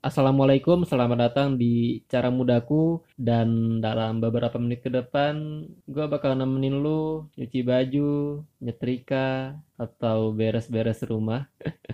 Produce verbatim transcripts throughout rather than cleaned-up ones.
Assalamualaikum, selamat datang di Cara Mudaku dan dalam beberapa menit ke depan gue bakal nemenin lu nyuci baju, nyetrika, atau beres-beres rumah.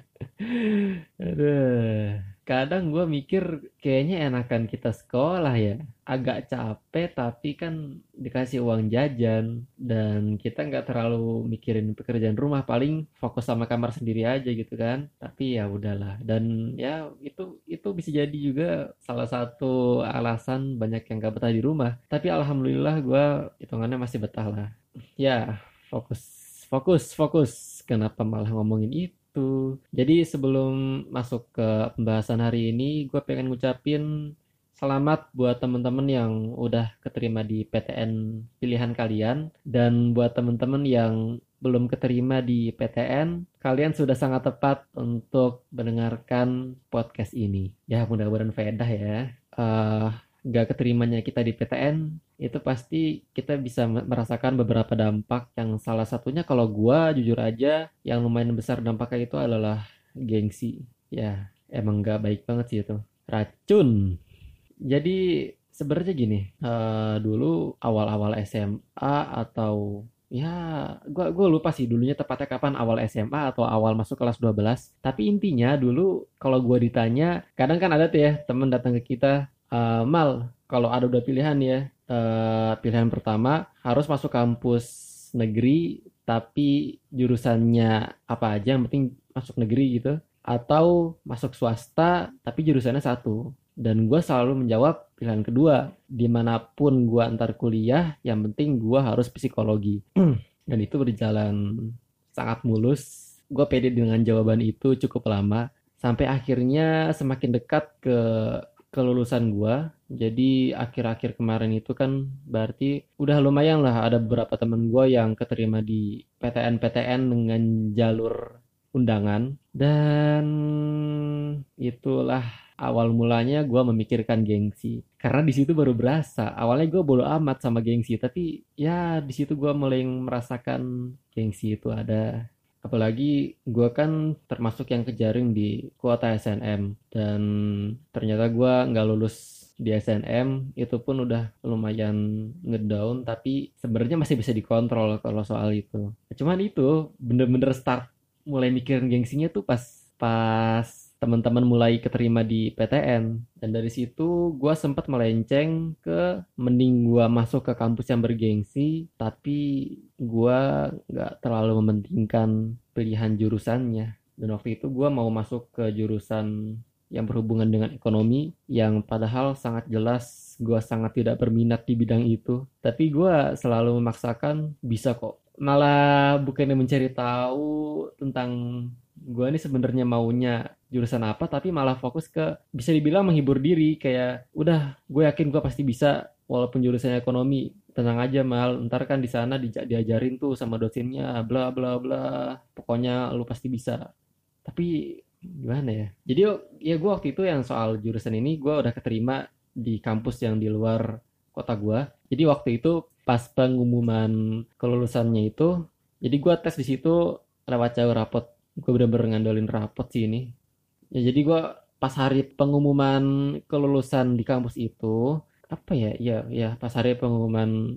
Aduh, kadang gue mikir kayaknya enakan kita sekolah ya. Agak capek tapi kan dikasih uang jajan dan kita nggak terlalu mikirin pekerjaan rumah, paling fokus sama kamar sendiri aja gitu kan. Tapi ya udahlah. Dan ya itu itu bisa jadi juga salah satu alasan banyak yang gak betah di rumah. Tapi alhamdulillah gue hitungannya masih betah lah. Ya, fokus, fokus, fokus. Kenapa malah ngomongin itu? Jadi sebelum masuk ke pembahasan hari ini, gue pengen ngucapin selamat buat teman-teman yang udah keterima di P T N pilihan kalian. Dan buat teman-teman yang belum keterima di P T N, kalian sudah sangat tepat untuk mendengarkan podcast ini. Ya, mudah-mudahan faedah ya. Eh, Gak keterimanya kita di P T N itu pasti kita bisa merasakan beberapa dampak, yang salah satunya kalau gua jujur aja yang lumayan besar dampaknya itu adalah gengsi. Ya, emang gak baik banget sih itu. Racun. Jadi sebenarnya gini, eh, dulu awal-awal S M A atau ya gua gua lupa sih dulunya tepatnya kapan, awal S M A atau awal masuk kelas dua belas. Tapi intinya dulu kalau gua ditanya, kadang kan ada tuh ya temen datang ke kita, "Eh, Mal, kalau ada udah pilihan ya, eh, pilihan pertama harus masuk kampus negeri tapi jurusannya apa aja yang penting masuk negeri gitu, atau masuk swasta tapi jurusannya satu." Dan gue selalu menjawab pilihan kedua. Dimanapun gue antar kuliah, yang penting gue harus psikologi. Dan itu berjalan sangat mulus. Gue pede dengan jawaban itu cukup lama. Sampai akhirnya semakin dekat ke kelulusan gue. Jadi akhir-akhir kemarin itu kan berarti udah lumayan lah, ada beberapa temen gue yang keterima di P T N-P T N dengan jalur undangan. Dan itulah awal mulanya gue memikirkan gengsi. Karena di situ baru berasa. Awalnya gue bodo amat sama gengsi, tapi ya di situ gue mulai merasakan gengsi itu ada. Apalagi gue kan termasuk yang kejaring di kuota S N M, dan ternyata gue nggak lulus di S N M. Itu pun udah lumayan ngedown, tapi sebenarnya masih bisa dikontrol kalau soal itu. Cuman itu bener-bener start mulai mikirin gengsinya tuh pas pas teman-teman mulai keterima di P T N. Dan dari situ gue sempat melenceng ke mending gue masuk ke kampus yang bergengsi tapi gue nggak terlalu mementingkan pilihan jurusannya. Dan waktu itu gue mau masuk ke jurusan yang berhubungan dengan ekonomi, yang padahal sangat jelas gue sangat tidak berminat di bidang itu, tapi gue selalu memaksakan bisa kok. Malah bukannya mencari tahu tentang gue ini sebenarnya maunya jurusan apa, tapi malah fokus ke bisa dibilang menghibur diri, kayak udah gue yakin gue pasti bisa walaupun jurusannya ekonomi, tenang aja Mal, ntar kan di sana di- diajarin tuh sama dosennya bla bla bla, pokoknya lu pasti bisa. Tapi gimana ya, jadi ya gue waktu itu yang soal jurusan ini gue udah keterima di kampus yang di luar kota gue. Jadi waktu itu pas pengumuman kelulusannya itu, jadi gue tes di situ lewat jalur rapot. Gue bener-bener ngandalin rapot sih ini. Ya jadi gue pas hari pengumuman kelulusan di kampus itu, apa ya, ya ya pas hari pengumuman,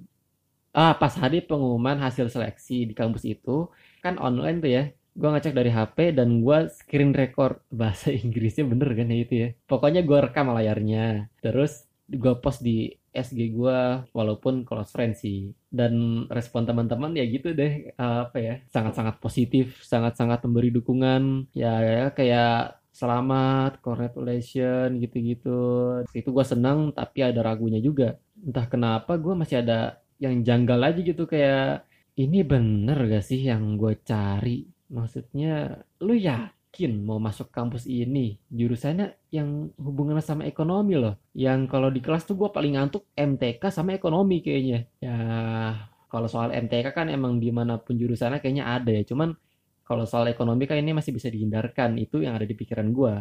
ah pas hari pengumuman hasil seleksi di kampus itu kan online tuh ya. Gue ngecek dari H P dan gue screen record bahasa Inggrisnya bener kan ya itu ya. Pokoknya gue rekam layarnya. Terus gue post di S G gue walaupun close friend sih. Dan respon teman-teman ya gitu deh, apa ya, sangat-sangat positif, sangat-sangat memberi dukungan. Ya, ya kayak selamat, congratulations gitu-gitu. Itu gue senang tapi ada ragunya juga. Entah kenapa gue masih ada yang janggal aja gitu, kayak ini bener gak sih yang gue cari? Maksudnya, lu yakin mau masuk kampus ini? Jurusannya yang hubungan sama ekonomi loh. Yang kalau di kelas tuh gue paling ngantuk M T K sama ekonomi kayaknya. Ya, kalau soal M T K kan emang dimanapun jurusannya kayaknya ada ya. Cuman kalau soal ekonomi kan ini masih bisa dihindarkan. Itu yang ada di pikiran gue.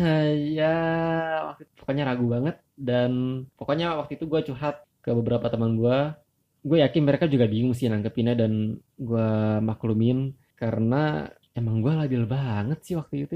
Ya, waktu itu pokoknya ragu banget. Dan pokoknya waktu itu gue curhat ke beberapa teman gue. Gue yakin mereka juga bingung sih nanggepinnya, dan gue maklumin karena emang gue labil banget sih waktu itu ya.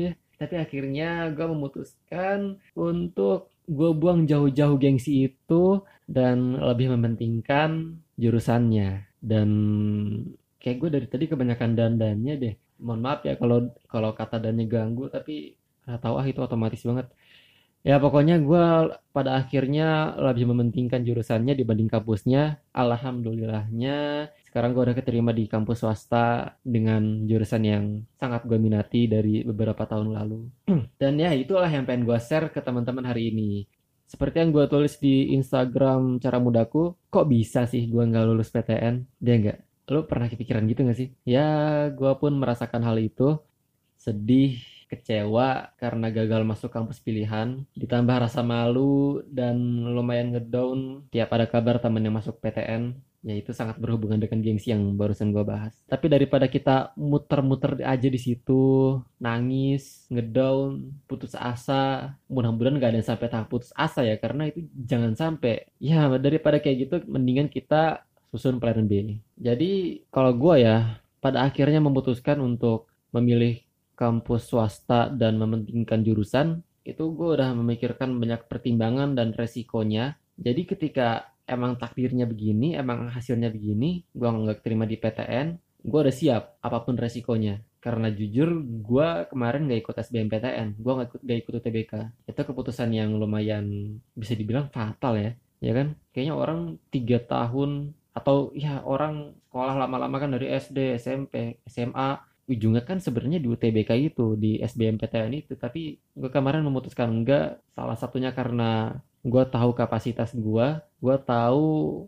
Tapi akhirnya gue memutuskan untuk gue buang jauh-jauh gengsi itu dan lebih mementingkan jurusannya. Dan kayak gue dari tadi kebanyakan dandannya deh. Mohon maaf ya kalau kalau kata dannya ganggu, tapi nggak tahu ah itu otomatis banget. Ya pokoknya gue pada akhirnya lebih mementingkan jurusannya dibanding kampusnya. Alhamdulillahnya sekarang gue udah keterima di kampus swasta dengan jurusan yang sangat gue minati dari beberapa tahun lalu. Dan ya itulah yang pengen gue share ke teman-teman hari ini. Seperti yang gue tulis di Instagram Cara Mudaku, kok bisa sih gue nggak lulus P T N? Dia nggak. Lo pernah kepikiran gitu nggak sih? Ya gue pun merasakan hal itu. Sedih, kecewa karena gagal masuk kampus pilihan, ditambah rasa malu dan lumayan ngedown tiap ada kabar temen yang masuk P T N, ya itu sangat berhubungan dengan gengsi yang barusan gue bahas. Tapi daripada kita muter-muter aja di situ, nangis, ngedown, putus asa, mudah-mudahan gak ada yang sampai tahap putus asa ya, karena itu jangan sampai. Ya daripada kayak gitu, mendingan kita susun plan B. Jadi kalau gue ya, pada akhirnya memutuskan untuk memilih kampus swasta dan mementingkan jurusan, itu gue udah memikirkan banyak pertimbangan dan resikonya. Jadi ketika emang takdirnya begini, emang hasilnya begini, gue nggak terima di P T N, gue udah siap apapun resikonya. Karena jujur, gue kemarin gak ikut S B M P T N, gue gak ikut, gak ikut U T B K. Itu keputusan yang lumayan bisa dibilang fatal ya, ya kan? Kayaknya orang tiga tahun atau ya orang sekolah lama-lama kan dari S D, S M P, S M A, ujungnya kan sebenarnya di U T B K itu, di S B M P T N itu. Tapi gue kemarin memutuskan enggak, salah satunya karena gue tahu kapasitas gue, gue tahu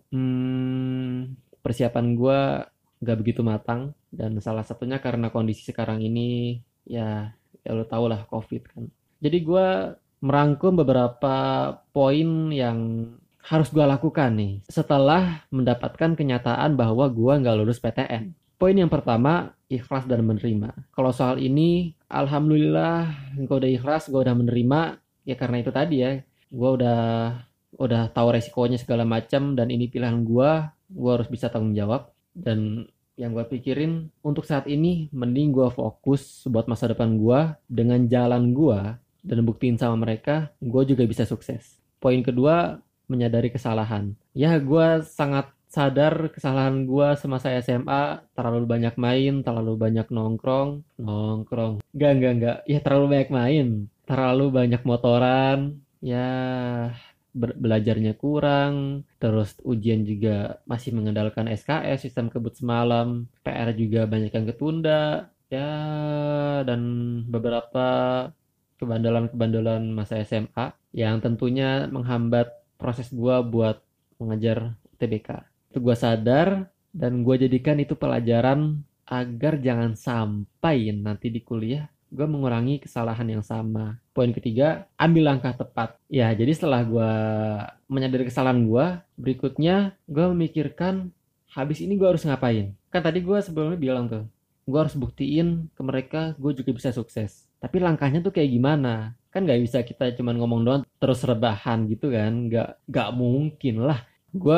hmm, persiapan gue nggak begitu matang, dan salah satunya karena kondisi sekarang ini ya, ya lo tau lah COVID kan. Jadi gue merangkum beberapa poin yang harus gue lakukan nih setelah mendapatkan kenyataan bahwa gue nggak lulus P T N. Poin yang pertama, ikhlas dan menerima. Kalau soal ini, alhamdulillah gue udah ikhlas, gue udah menerima. Ya karena itu tadi ya, gue udah udah tahu resikonya segala macam dan ini pilihan gue, gue harus bisa tanggung jawab. Dan yang gue pikirin untuk saat ini, mending gue fokus buat masa depan gue dengan jalan gue dan buktiin sama mereka, gue juga bisa sukses. Poin kedua, menyadari kesalahan. Ya gue sangat sadar kesalahan gue semasa S M A, terlalu banyak main, terlalu banyak nongkrong, nongkrong, enggak, enggak, enggak, ya terlalu banyak main, terlalu banyak motoran, ya be- belajarnya kurang, terus ujian juga masih mengandalkan S K S, sistem kebut semalam, P R juga banyak yang ketunda, ya, dan beberapa kebandelan-kebandelan masa S M A yang tentunya menghambat proses gue buat mengejar U T B K. Itu gue sadar dan gue jadikan itu pelajaran agar jangan sampai nanti di kuliah gue mengurangi kesalahan yang sama. Poin ketiga, ambil langkah tepat. Ya, jadi setelah gue menyadari kesalahan gue, berikutnya gue memikirkan habis ini gue harus ngapain. Kan tadi gue sebelumnya bilang tuh, gue harus buktiin ke mereka gue juga bisa sukses. Tapi langkahnya tuh kayak gimana? Kan gak bisa kita cuma ngomong doang terus rebahan gitu kan. Gak, gak mungkin lah. Gue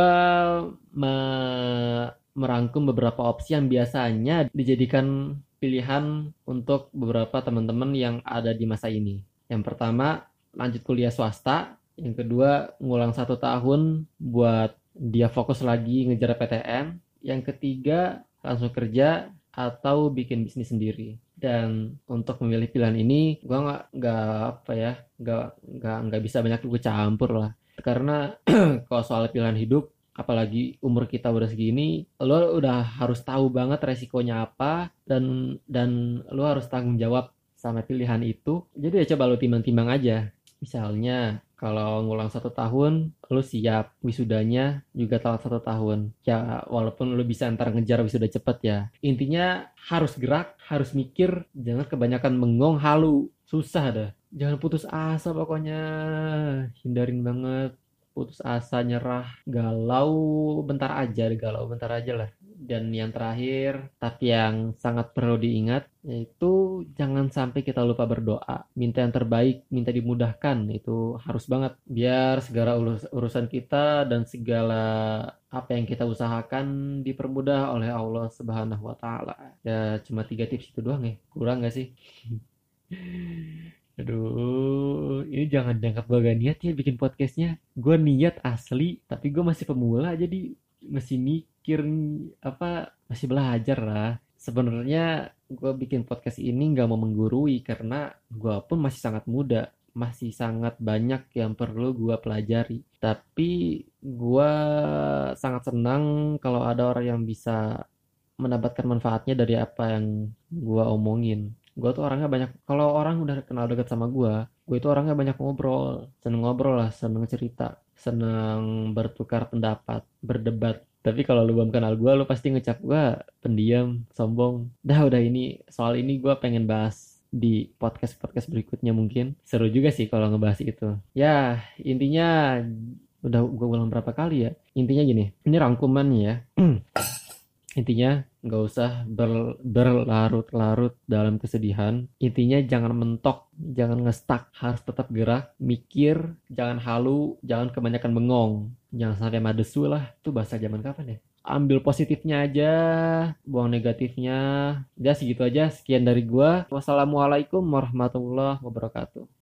me- merangkum beberapa opsi yang biasanya dijadikan pilihan untuk beberapa teman-teman yang ada di masa ini. Yang pertama, lanjut kuliah swasta. Yang kedua, ngulang satu tahun buat dia fokus lagi ngejar P T N. Yang ketiga, langsung kerja atau bikin bisnis sendiri. Dan untuk memilih pilihan ini, gue nggak nggak apa ya, nggak nggak nggak bisa banyak gue campur lah. Karena kalau soal pilihan hidup, apalagi umur kita udah segini, lo udah harus tahu banget resikonya apa dan dan lo harus tanggung jawab sama pilihan itu. Jadi ya coba lo timbang-timbang aja. Misalnya kalau ngulang satu tahun, lo siap wisudanya juga telat satu tahun. Ya walaupun lo bisa ntar ngejar wisuda cepet ya. Intinya harus gerak, harus mikir, jangan kebanyakan bengong halu. Susah dah. Jangan putus asa pokoknya. Hindarin banget putus asa, nyerah, galau bentar aja, galau bentar aja lah. Dan yang terakhir, tapi yang sangat perlu diingat, yaitu jangan sampai kita lupa berdoa. Minta yang terbaik, minta dimudahkan, itu harus banget. Biar segala urus- urusan kita dan segala apa yang kita usahakan dipermudah oleh Allah Subhanahu wa Ta'ala. Ya, cuma tiga tips itu doang ya. Kurang gak sih? Aduh, ini jangan dianggap gue gak niat ya bikin podcastnya. Gue niat asli, tapi gue masih pemula jadi masih mikir apa, masih belajar lah. Sebenarnya gue bikin podcast ini nggak mau menggurui karena gue pun masih sangat muda, masih sangat banyak yang perlu gue pelajari. Tapi gue sangat senang kalau ada orang yang bisa mendapatkan manfaatnya dari apa yang gue omongin. Gue tuh orangnya banyak, kalau orang udah kenal deket sama gue, gue itu orangnya banyak ngobrol, seneng ngobrol lah, seneng cerita, seneng bertukar pendapat, berdebat. Tapi kalau lu belum kenal gue, lu pasti ngecap gue pendiam, sombong. Dah udah ini, soal ini gue pengen bahas di podcast-podcast berikutnya mungkin. Seru juga sih kalau ngebahas itu. Ya, intinya udah gue ulang berapa kali ya. Intinya gini, ini rangkuman ya. Intinya nggak usah ber- berlarut-larut dalam kesedihan. Intinya jangan mentok, jangan ngestak, harus tetap gerak, mikir, jangan halu, jangan kebanyakan bengong, jangan sampai madesu lah. Itu bahasa zaman kapan ya? Ambil positifnya aja, buang negatifnya. Ya segitu aja. Sekian dari gua. Wassalamualaikum warahmatullahi wabarakatuh.